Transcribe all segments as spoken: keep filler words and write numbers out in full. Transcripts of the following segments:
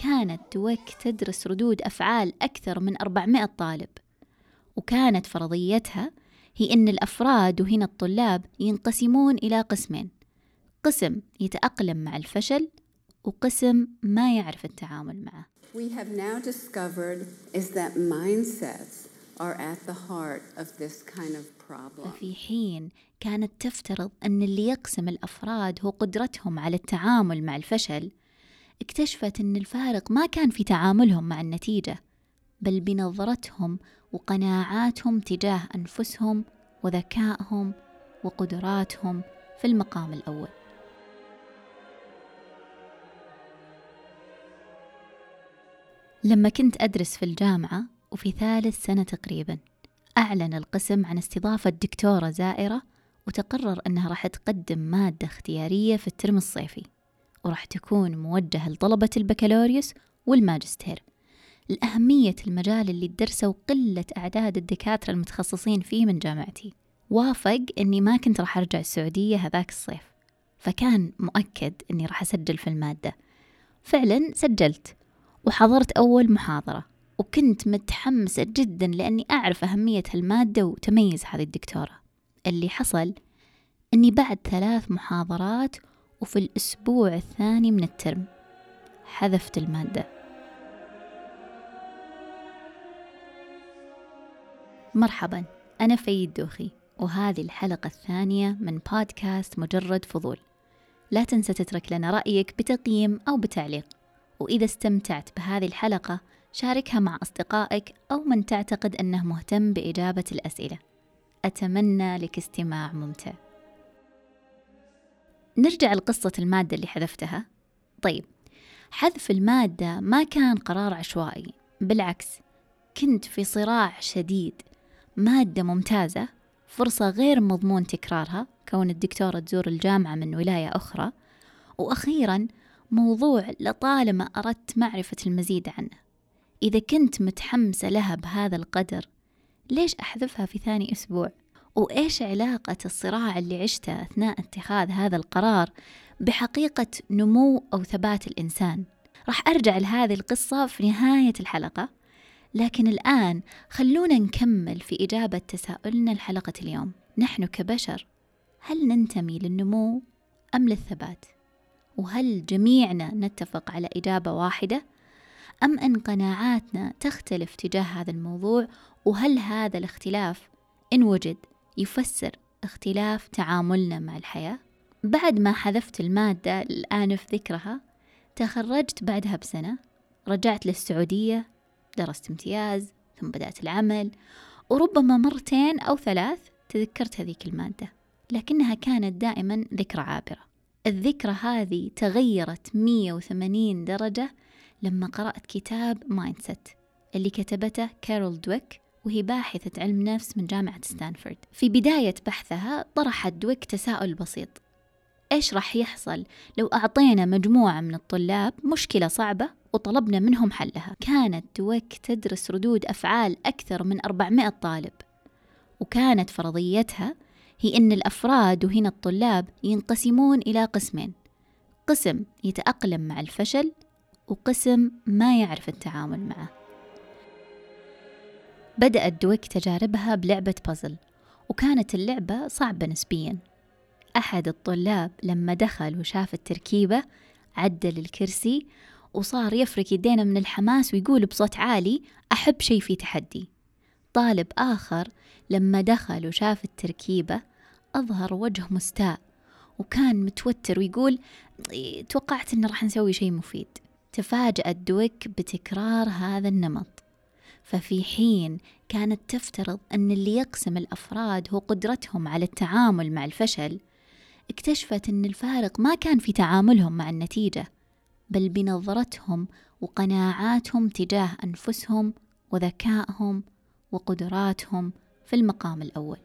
كانت دويك تدرس ردود أفعال أكثر من أربعمائة طالب، وكانت فرضيتها هي أن الأفراد وهنا الطلاب ينقسمون إلى قسمين: قسم يتأقلم مع الفشل وقسم ما يعرف التعامل معه. We have now discovered is that mindsets are at the heart of this kind of problem. ففي حين كانت تفترض أن اللي يقسم الأفراد هو قدرتهم على التعامل مع الفشل، اكتشفت أن الفارق ما كان في تعاملهم مع النتيجة، بل بنظرتهم وقناعاتهم تجاه أنفسهم وذكائهم وقدراتهم في المقام الأول. لما كنت أدرس في الجامعة وفي ثالث سنة تقريبا، أعلن القسم عن استضافة دكتورة زائرة، وتقرر أنها راح تقدم مادة اختيارية في الترم الصيفي، وراح تكون موجهة لطلبة البكالوريوس والماجستير، لأهمية المجال اللي تدرسه وقلة أعداد الدكاترة المتخصصين فيه من جامعتي. وافق أني ما كنت راح أرجع السعودية هذاك الصيف، فكان مؤكد أني راح أسجل في المادة. فعلا سجلت وحضرت أول محاضرة، وكنت متحمسة جدا لأني أعرف أهمية المادة وتميز هذه الدكتورة. اللي حصل أني بعد ثلاث محاضرات وفي الأسبوع الثاني من الترم حذفت المادة. مرحبا، أنا فايد دوخي، وهذه الحلقة الثانية من بودكاست مجرد فضول. لا تنسى تترك لنا رأيك بتقييم أو بتعليق، وإذا استمتعت بهذه الحلقة شاركها مع أصدقائك أو من تعتقد أنه مهتم بإجابة الأسئلة. أتمنى لك استماع ممتع. نرجع لقصة المادة اللي حذفتها. طيب، حذف المادة ما كان قرار عشوائي، بالعكس كنت في صراع شديد. مادة ممتازة، فرصة غير مضمون تكرارها كون الدكتورة تزور الجامعة من ولاية أخرى، وأخيراً موضوع لطالما أردت معرفة المزيد عنه. إذا كنت متحمسة لها بهذا القدر، ليش أحذفها في ثاني أسبوع؟ وإيش علاقة الصراع اللي عشته أثناء اتخاذ هذا القرار بحقيقة نمو أو ثبات الإنسان؟ راح أرجع لهذه القصة في نهاية الحلقة، لكن الآن خلونا نكمل في إجابة تساؤلنا الحلقة اليوم. نحن كبشر هل ننتمي للنمو أم للثبات؟ وهل جميعنا نتفق على إجابة واحدة، أم أن قناعاتنا تختلف تجاه هذا الموضوع؟ وهل هذا الاختلاف إن وجد يفسر اختلاف تعاملنا مع الحياة؟ بعد ما حذفت المادة الآن في ذكرها، تخرجت بعدها بسنة، رجعت للسعودية، درست امتياز، ثم بدأت العمل، وربما مرتين أو ثلاث تذكرت هذيك المادة، لكنها كانت دائما ذكرى عابرة. الذكرى هذه تغيرت مية وثمانين درجة لما قرأت كتاب مايندسيت اللي كتبته كارول دويك، وهي باحثة علم نفس من جامعة ستانفورد. في بداية بحثها طرحت دويك تساؤل بسيط: إيش راح يحصل لو أعطينا مجموعة من الطلاب مشكلة صعبة وطلبنا منهم حلها؟ كانت دويك تدرس ردود أفعال أكثر من أربعمائة طالب، وكانت فرضيتها هي أن الأفراد وهنا الطلاب ينقسمون إلى قسمين: قسم يتأقلم مع الفشل وقسم ما يعرف التعامل معه. بدأت دويك تجاربها بلعبة بازل، وكانت اللعبة صعبة نسبيا. أحد الطلاب لما دخل وشاف التركيبة عدل الكرسي وصار يفرك يدينا من الحماس ويقول بصوت عالي: أحب شيء في تحدي. طالب آخر لما دخل وشاف التركيبة أظهر وجه مستاء وكان متوتر ويقول: توقعت أن راح نسوي شيء مفيد. تفاجأت دويك بتكرار هذا النمط. ففي حين كانت تفترض أن اللي يقسم الأفراد هو قدرتهم على التعامل مع الفشل، اكتشفت أن الفارق ما كان في تعاملهم مع النتيجة، بل بنظرتهم وقناعاتهم تجاه أنفسهم وذكائهم وقدراتهم في المقام الأول.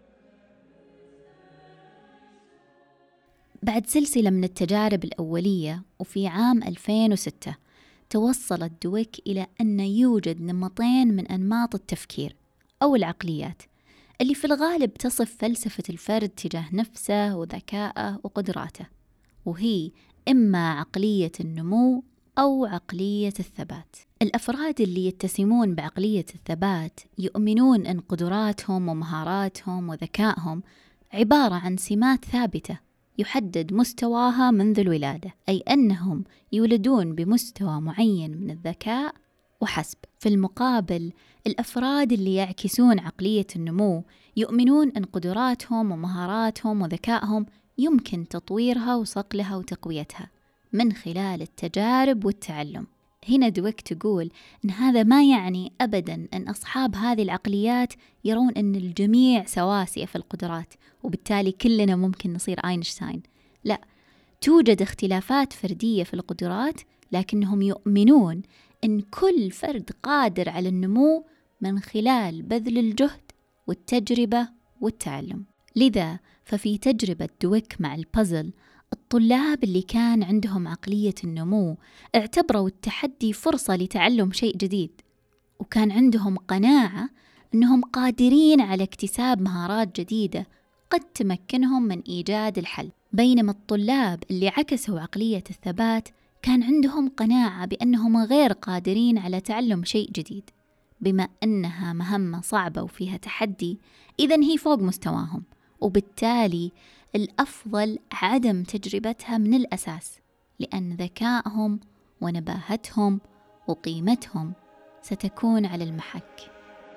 بعد سلسلة من التجارب الأولية، وفي عام ألفين وستة توصلت دويك إلى أن يوجد نمطين من أنماط التفكير أو العقليات اللي في الغالب تصف فلسفة الفرد تجاه نفسه وذكائه وقدراته، وهي إما عقلية النمو أو عقلية الثبات. الأفراد اللي يتسمون بعقلية الثبات يؤمنون أن قدراتهم ومهاراتهم وذكائهم عبارة عن سمات ثابتة يحدد مستواها منذ الولادة، أي أنهم يولدون بمستوى معين من الذكاء وحسب. في المقابل، الأفراد اللي يعكسون عقلية النمو يؤمنون أن قدراتهم ومهاراتهم وذكائهم يمكن تطويرها وصقلها وتقويتها من خلال التجارب والتعلم. هنا دويك تقول أن هذا ما يعني أبداً أن أصحاب هذه العقليات يرون أن الجميع سواسية في القدرات وبالتالي كلنا ممكن نصير أينشتاين. لا، توجد اختلافات فردية في القدرات، لكنهم يؤمنون أن كل فرد قادر على النمو من خلال بذل الجهد والتجربة والتعلم. لذا ففي تجربة دويك مع البازل، الطلاب اللي كان عندهم عقلية النمو اعتبروا التحدي فرصة لتعلم شيء جديد، وكان عندهم قناعة أنهم قادرين على اكتساب مهارات جديدة قد تمكنهم من إيجاد الحل. بينما الطلاب اللي عكسوا عقلية الثبات كان عندهم قناعة بأنهم غير قادرين على تعلم شيء جديد، بما أنها مهمة صعبة وفيها تحدي، إذن هي فوق مستواهم، وبالتالي الأفضل عدم تجربتها من الأساس، لأن ذكائهم ونباهتهم وقيمتهم ستكون على المحك.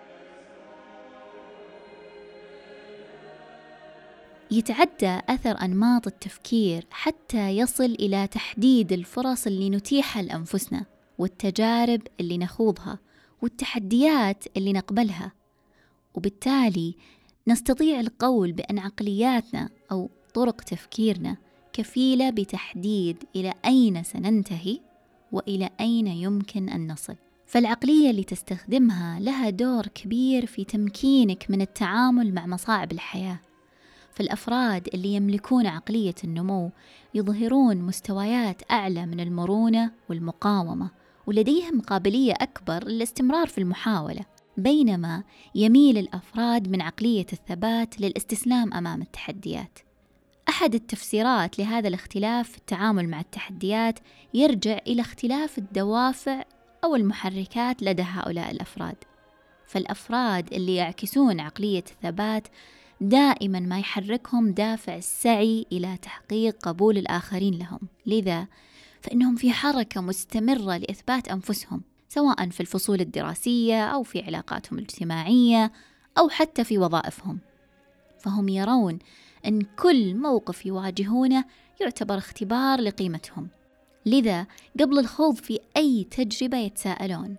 يتعدى أثر أنماط التفكير حتى يصل إلى تحديد الفرص اللي نتيحها لأنفسنا، والتجارب اللي نخوضها، والتحديات اللي نقبلها، وبالتالي نستطيع القول بأن عقلياتنا أو طرق تفكيرنا كفيلة بتحديد إلى أين سننتهي وإلى أين يمكن أن نصل. فالعقلية اللي تستخدمها لها دور كبير في تمكينك من التعامل مع مصاعب الحياة. فالأفراد اللي يملكون عقلية النمو يظهرون مستويات أعلى من المرونة والمقاومة، ولديهم قابلية أكبر للاستمرار في المحاولة، بينما يميل الأفراد من عقلية الثبات للاستسلام أمام التحديات. أحد التفسيرات لهذا الاختلاف في التعامل مع التحديات يرجع إلى اختلاف الدوافع أو المحركات لدى هؤلاء الأفراد. فالأفراد اللي يعكسون عقلية الثبات دائما ما يحركهم دافع السعي إلى تحقيق قبول الآخرين لهم، لذا فإنهم في حركة مستمرة لإثبات أنفسهم، سواء في الفصول الدراسية أو في علاقاتهم الاجتماعية أو حتى في وظائفهم. فهم يرون أن كل موقف يواجهونه يعتبر اختبار لقيمتهم، لذا قبل الخوض في أي تجربة يتساءلون: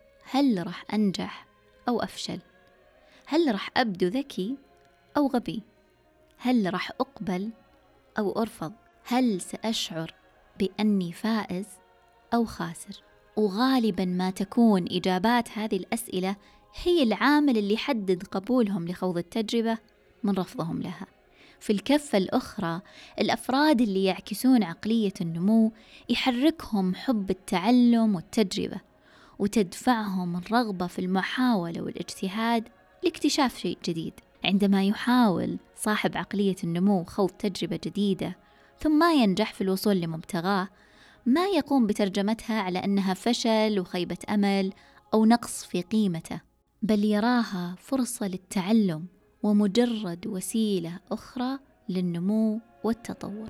هل راح أنجح أو أفشل؟ هل راح أبدو ذكي أو غبي؟ هل راح أقبل أو أرفض؟ هل سأشعر بأني فائز أو خاسر؟ وغالبا ما تكون إجابات هذه الأسئلة هي العامل اللي يحدد قبولهم لخوض التجربة من رفضهم لها. في الكفة الأخرى، الأفراد اللي يعكسون عقلية النمو يحركهم حب التعلم والتجربة، وتدفعهم الرغبة في المحاولة والاجتهاد لاكتشاف شيء جديد. عندما يحاول صاحب عقلية النمو خوض تجربة جديدة ثم ما ينجح في الوصول لمبتغاه، ما يقوم بترجمتها على أنها فشل وخيبة أمل أو نقص في قيمته، بل يراها فرصة للتعلم ومجرد وسيلة أخرى للنمو والتطور.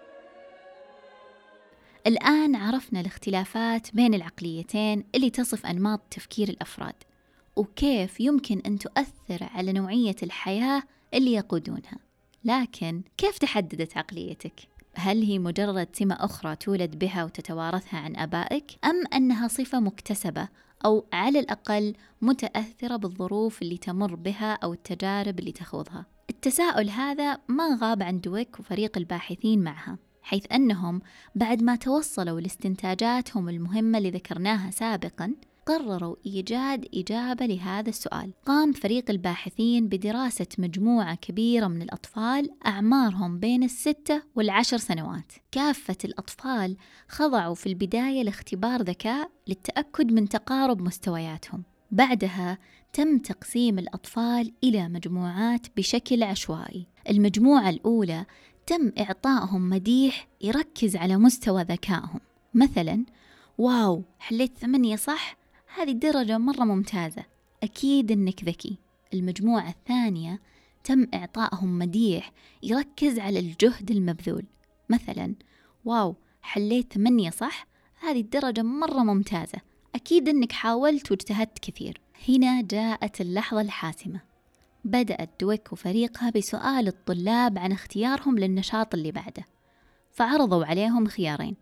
الآن عرفنا الاختلافات بين العقليتين اللي تصف أنماط تفكير الأفراد، وكيف يمكن أن تؤثر على نوعية الحياة اللي يقودونها. لكن كيف تحددت عقليتك؟ هل هي مجرد سمة أخرى تولد بها وتتوارثها عن آبائك، أم أنها صفة مكتسبة أو على الأقل متأثرة بالظروف اللي تمر بها أو التجارب اللي تخوضها؟ التساؤل هذا ما غاب عن دويك وفريق الباحثين معها، حيث أنهم بعد ما توصلوا لاستنتاجاتهم المهمة اللي ذكرناها سابقاً قرروا إيجاد إجابة لهذا السؤال. قام فريق الباحثين بدراسة مجموعة كبيرة من الأطفال أعمارهم بين الستة والعشر سنوات. كافة الأطفال خضعوا في البداية لاختبار ذكاء للتأكد من تقارب مستوياتهم. بعدها تم تقسيم الأطفال إلى مجموعات بشكل عشوائي. المجموعة الأولى تم إعطائهم مديح يركز على مستوى ذكائهم، مثلاً واو حليت ثمانية صح، هذه الدرجة مرة ممتازة، أكيد أنك ذكي. المجموعة الثانية تم إعطائهم مديح يركز على الجهد المبذول، مثلا واو حليت ثمانية صح، هذه الدرجة مرة ممتازة، أكيد أنك حاولت واجتهدت كثير. هنا جاءت اللحظة الحاسمة، بدأت دويك وفريقها بسؤال الطلاب عن اختيارهم للنشاط اللي بعده. فعرضوا عليهم خيارين،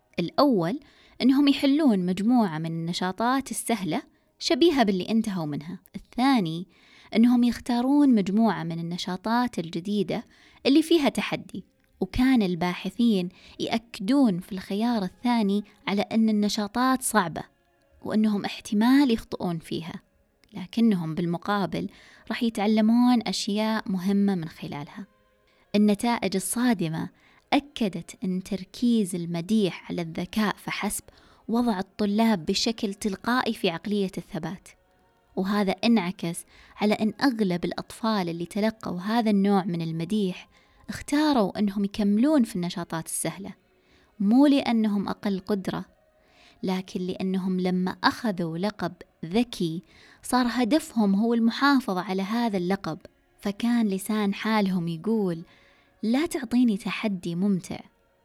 الأول أنهم يحلون مجموعة من النشاطات السهلة شبيهة باللي انتهوا منها، الثاني أنهم يختارون مجموعة من النشاطات الجديدة اللي فيها تحدي. وكان الباحثين يأكدون في الخيار الثاني على أن النشاطات صعبة وأنهم احتمال يخطئون فيها، لكنهم بالمقابل راح يتعلمون أشياء مهمة من خلالها. النتائج الصادمة أكدت أن تركيز المديح على الذكاء فحسب وضع الطلاب بشكل تلقائي في عقلية الثبات، وهذا انعكس على أن أغلب الأطفال اللي تلقوا هذا النوع من المديح اختاروا أنهم يكملون في النشاطات السهلة، مو لأنهم أقل قدرة، لكن لأنهم لما أخذوا لقب ذكي صار هدفهم هو المحافظة على هذا اللقب. فكان لسان حالهم يقول لا تعطيني تحدي ممتع،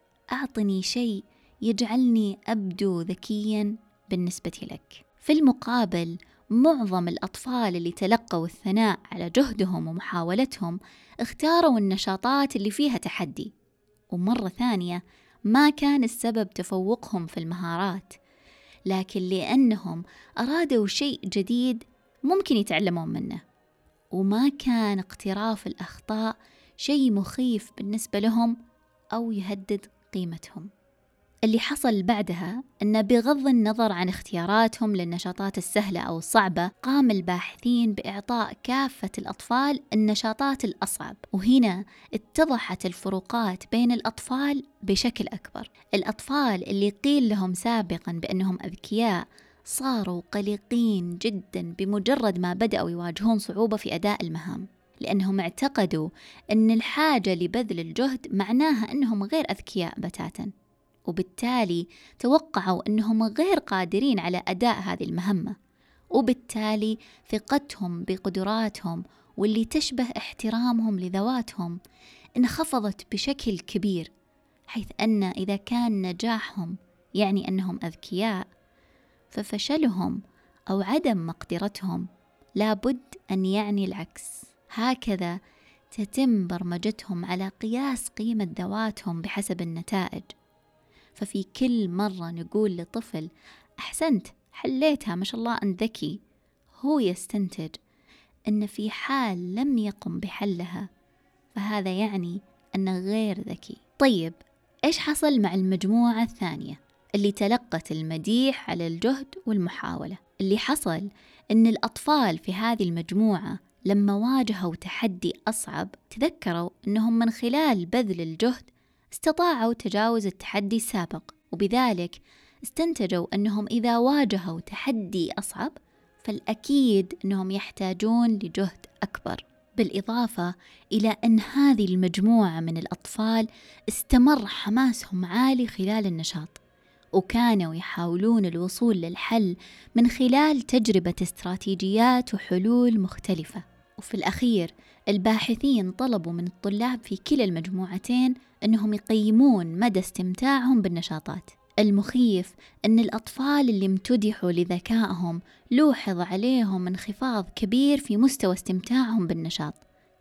أعطني شيء يجعلني أبدو ذكيا بالنسبة لك. في المقابل معظم الأطفال اللي تلقوا الثناء على جهدهم ومحاولتهم اختاروا النشاطات اللي فيها تحدي، ومرة ثانية ما كان السبب تفوقهم في المهارات، لكن لأنهم أرادوا شيء جديد ممكن يتعلمون منه، وما كان اقتراف الأخطاء شيء مخيف بالنسبة لهم أو يهدد قيمتهم. اللي حصل بعدها أن بغض النظر عن اختياراتهم للنشاطات السهلة أو الصعبة، قام الباحثين بإعطاء كافة الأطفال النشاطات الأصعب، وهنا اتضحت الفروقات بين الأطفال بشكل أكبر. الأطفال اللي قيل لهم سابقا بأنهم أذكياء صاروا قلقين جدا بمجرد ما بدأوا يواجهون صعوبة في أداء المهام، لأنهم اعتقدوا أن الحاجة لبذل الجهد معناها أنهم غير أذكياء بتاتا، وبالتالي توقعوا أنهم غير قادرين على أداء هذه المهمة، وبالتالي ثقتهم بقدراتهم واللي تشبه احترامهم لذواتهم انخفضت بشكل كبير، حيث أن إذا كان نجاحهم يعني أنهم أذكياء، ففشلهم أو عدم مقدرتهم لابد أن يعني العكس. هكذا تتم برمجتهم على قياس قيمة ذواتهم بحسب النتائج. ففي كل مرة نقول لطفل أحسنت حليتها ما شاء الله أنت ذكي، هو يستنتج أن في حال لم يقم بحلها فهذا يعني أنه غير ذكي. طيب إيش حصل مع المجموعة الثانية اللي تلقت المديح على الجهد والمحاولة؟ اللي حصل أن الأطفال في هذه المجموعة لما واجهوا تحدي أصعب تذكروا أنهم من خلال بذل الجهد استطاعوا تجاوز التحدي السابق، وبذلك استنتجوا أنهم إذا واجهوا تحدي أصعب فالأكيد أنهم يحتاجون لجهد أكبر. بالإضافة إلى أن هذه المجموعة من الأطفال استمر حماسهم عالي خلال النشاط، وكانوا يحاولون الوصول للحل من خلال تجربة استراتيجيات وحلول مختلفة. وفي الأخير الباحثين طلبوا من الطلاب في كلا المجموعتين أنهم يقيمون مدى استمتاعهم بالنشاطات. المخيف أن الأطفال اللي امتدحوا لذكائهم لوحظ عليهم انخفاض كبير في مستوى استمتاعهم بالنشاط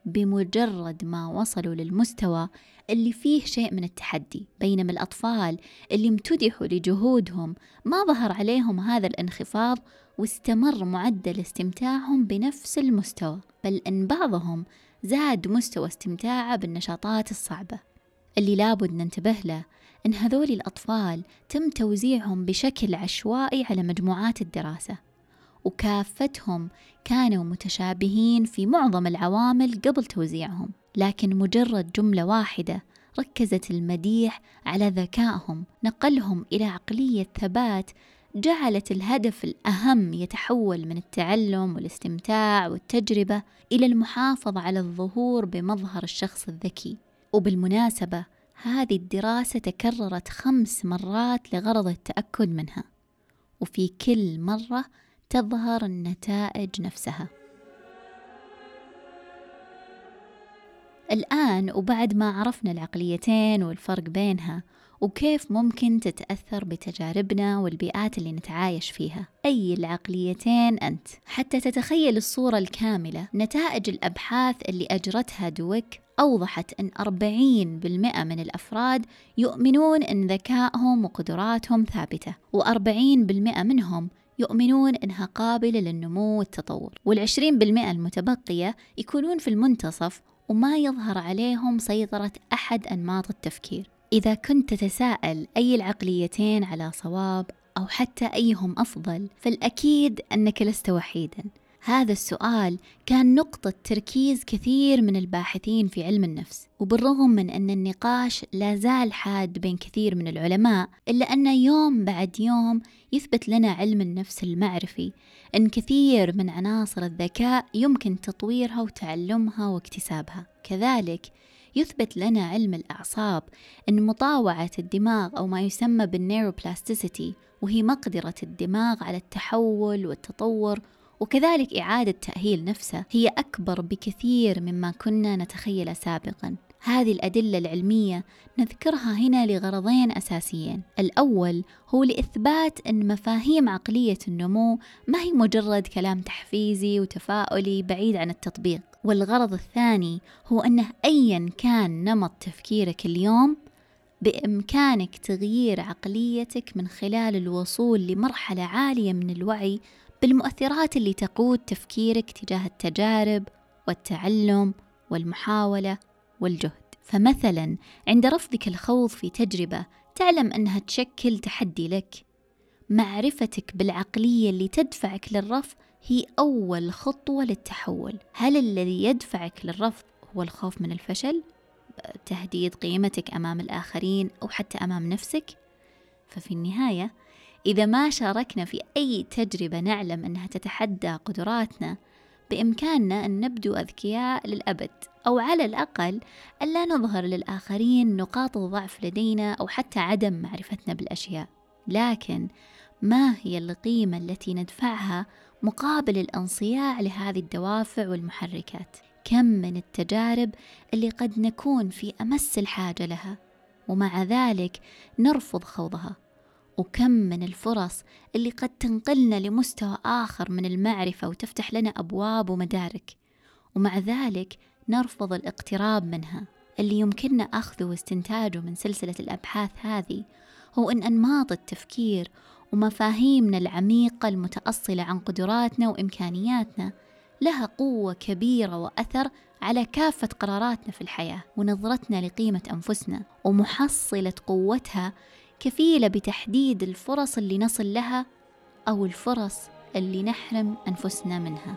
بمجرد ما وصلوا للمستوى اللي فيه شيء من التحدي، بينما الأطفال اللي امتدحوا لجهودهم ما ظهر عليهم هذا الانخفاض واستمر معدل استمتاعهم بنفس المستوى، بل أن بعضهم زاد مستوى استمتاعه بالنشاطات الصعبة. اللي لابد ننتبه له أن هذول الأطفال تم توزيعهم بشكل عشوائي على مجموعات الدراسة، وكافتهم كانوا متشابهين في معظم العوامل قبل توزيعهم، لكن مجرد جملة واحدة ركزت المديح على ذكائهم نقلهم إلى عقلية ثبات جعلت الهدف الأهم يتحول من التعلم والاستمتاع والتجربة إلى المحافظة على الظهور بمظهر الشخص الذكي. وبالمناسبة هذه الدراسة تكررت خمس مرات لغرض التأكد منها. وفي كل مرة تظهر النتائج نفسها. الآن وبعد ما عرفنا العقليتين والفرق بينها وكيف ممكن تتأثر بتجاربنا والبيئات اللي نتعايش فيها، أي العقليتين أنت؟ حتى تتخيل الصورة الكاملة، نتائج الأبحاث اللي أجرتها دويك أوضحت أن أربعين بالمئة من الأفراد يؤمنون أن ذكائهم وقدراتهم ثابتة، وأربعين بالمئة منهم يؤمنون أنها قابلة للنمو والتطور، والعشرين بالمئة المتبقية يكونون في المنتصف وما يظهر عليهم سيطرة أحد أنماط التفكير. إذا كنت تتساءل أي العقليتين على صواب أو حتى أيهم أفضل، فالأكيد أنك لست وحيدا. هذا السؤال كان نقطة تركيز كثير من الباحثين في علم النفس، وبالرغم من أن النقاش لا زال حاد بين كثير من العلماء، إلا أن يوم بعد يوم يثبت لنا علم النفس المعرفي أن كثير من عناصر الذكاء يمكن تطويرها وتعلمها واكتسابها. كذلك يثبت لنا علم الأعصاب أن مطاوعة الدماغ أو ما يسمى بالنيوروبلاستيسيتي، وهي مقدرة الدماغ على التحول والتطور وكذلك إعادة تأهيل نفسه، هي أكبر بكثير مما كنا نتخيل سابقا. هذه الأدلة العلمية نذكرها هنا لغرضين أساسيين. الأول هو لإثبات أن مفاهيم عقلية النمو ما هي مجرد كلام تحفيزي وتفاؤلي بعيد عن التطبيق، والغرض الثاني هو أنه أيا كان نمط تفكيرك اليوم بإمكانك تغيير عقليتك من خلال الوصول لمرحلة عالية من الوعي بالمؤثرات اللي تقود تفكيرك تجاه التجارب والتعلم والمحاولة والجهد. فمثلا عند رفضك الخوض في تجربة تعلم أنها تشكل تحدي لك، معرفتك بالعقلية اللي تدفعك للرفض هي أول خطوة للتحول. هل الذي يدفعك للرفض هو الخوف من الفشل، تهديد قيمتك أمام الآخرين أو حتى أمام نفسك؟ ففي النهاية إذا ما شاركنا في أي تجربة نعلم أنها تتحدى قدراتنا، بإمكاننا أن نبدو أذكياء للأبد، أو على الأقل ألا نظهر للآخرين نقاط الضعف لدينا أو حتى عدم معرفتنا بالأشياء. لكن ما هي القيمة التي ندفعها مقابل الانصياع لهذه الدوافع والمحركات؟ كم من التجارب اللي قد نكون في أمس الحاجة لها ومع ذلك نرفض خوضها، وكم من الفرص اللي قد تنقلنا لمستوى آخر من المعرفة وتفتح لنا أبواب ومدارك، ومع ذلك نرفض الاقتراب منها. اللي يمكننا أخذه واستنتاجه من سلسلة الأبحاث هذه هو أن أنماط التفكير ومفاهيمنا العميقة المتأصلة عن قدراتنا وإمكانياتنا لها قوة كبيرة وأثر على كافة قراراتنا في الحياة ونظرتنا لقيمة أنفسنا، ومحصلة قوتها كفيلة بتحديد الفرص اللي نصل لها أو الفرص اللي نحرم أنفسنا منها.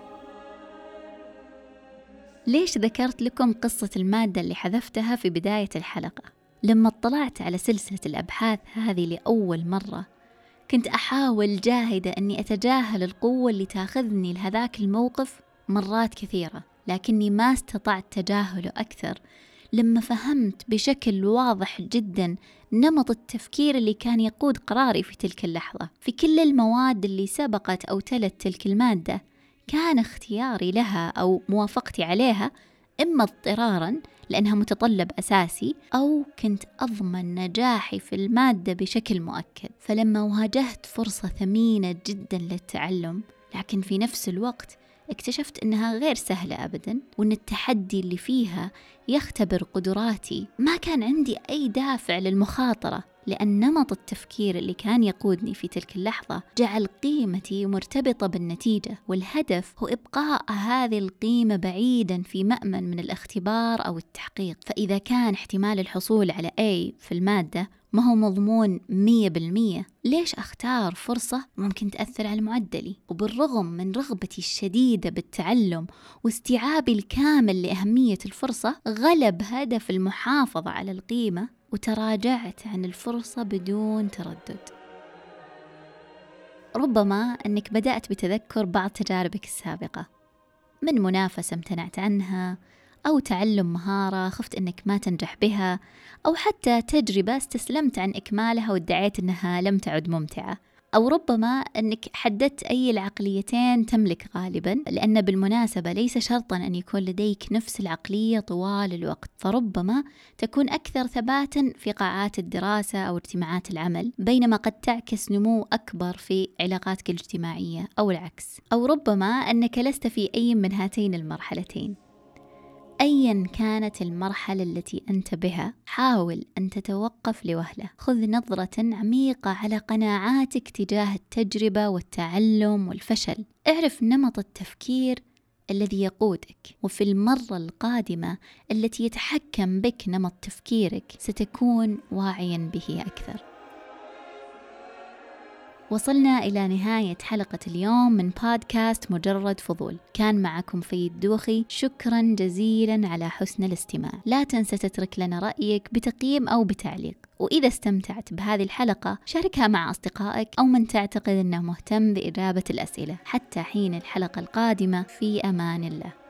ليش ذكرت لكم قصة المادة اللي حذفتها في بداية الحلقة؟ لما اطلعت على سلسلة الأبحاث هذه لأول مرة كنت أحاول جاهدة أني أتجاهل القوة اللي تاخذني لهذاك الموقف مرات كثيرة، لكني ما استطعت تجاهله أكثر لما فهمت بشكل واضح جدا نمط التفكير اللي كان يقود قراري في تلك اللحظة. في كل المواد اللي سبقت أو تلت تلك المادة كان اختياري لها أو موافقتي عليها إما اضطراراً لأنها متطلب أساسي، أو كنت أضمن نجاحي في المادة بشكل مؤكد. فلما واجهت فرصة ثمينة جدا للتعلم لكن في نفس الوقت اكتشفت أنها غير سهلة أبدا، وأن التحدي اللي فيها يختبر قدراتي، ما كان عندي أي دافع للمخاطرة، لأن نمط التفكير اللي كان يقودني في تلك اللحظة جعل قيمتي مرتبطة بالنتيجة، والهدف هو إبقاء هذه القيمة بعيدا في مأمن من الاختبار أو التحقيق. فإذا كان احتمال الحصول على A في المادة ما هو مضمون مية بالمية، ليش أختار فرصة ممكن تأثر على معدلي؟ وبالرغم من رغبتي الشديدة بالتعلم واستيعابي الكامل لأهمية الفرصة، غلب هدف المحافظة على القيمة وتراجعت عن الفرصة بدون تردد. ربما أنك بدأت بتذكر بعض تجاربك السابقة، من منافسة امتنعت عنها، أو تعلم مهارة خفت أنك ما تنجح بها، أو حتى تجربة استسلمت عن إكمالها وادعيت أنها لم تعد ممتعة، أو ربما أنك حددت أي العقليتين تملك غالبا، لأن بالمناسبة ليس شرطا أن يكون لديك نفس العقلية طوال الوقت، فربما تكون أكثر ثباتا في قاعات الدراسة أو اجتماعات العمل، بينما قد تعكس نمو أكبر في علاقاتك الاجتماعية أو العكس. أو ربما أنك لست في أي من هاتين المرحلتين. أيا كانت المرحلة التي أنت بها، حاول أن تتوقف لوهلة، خذ نظرة عميقة على قناعاتك تجاه التجربة والتعلم والفشل، اعرف نمط التفكير الذي يقودك، وفي المرة القادمة التي يتحكم بك نمط تفكيرك ستكون واعيا به أكثر. وصلنا إلى نهاية حلقة اليوم من بودكاست مجرد فضول. كان معكم فيد دوخي، شكرا جزيلا على حسن الاستماع. لا تنسى تترك لنا رأيك بتقييم أو بتعليق، وإذا استمتعت بهذه الحلقة شاركها مع أصدقائك أو من تعتقد أنه مهتم بإجابة الأسئلة. حتى حين الحلقة القادمة، في أمان الله.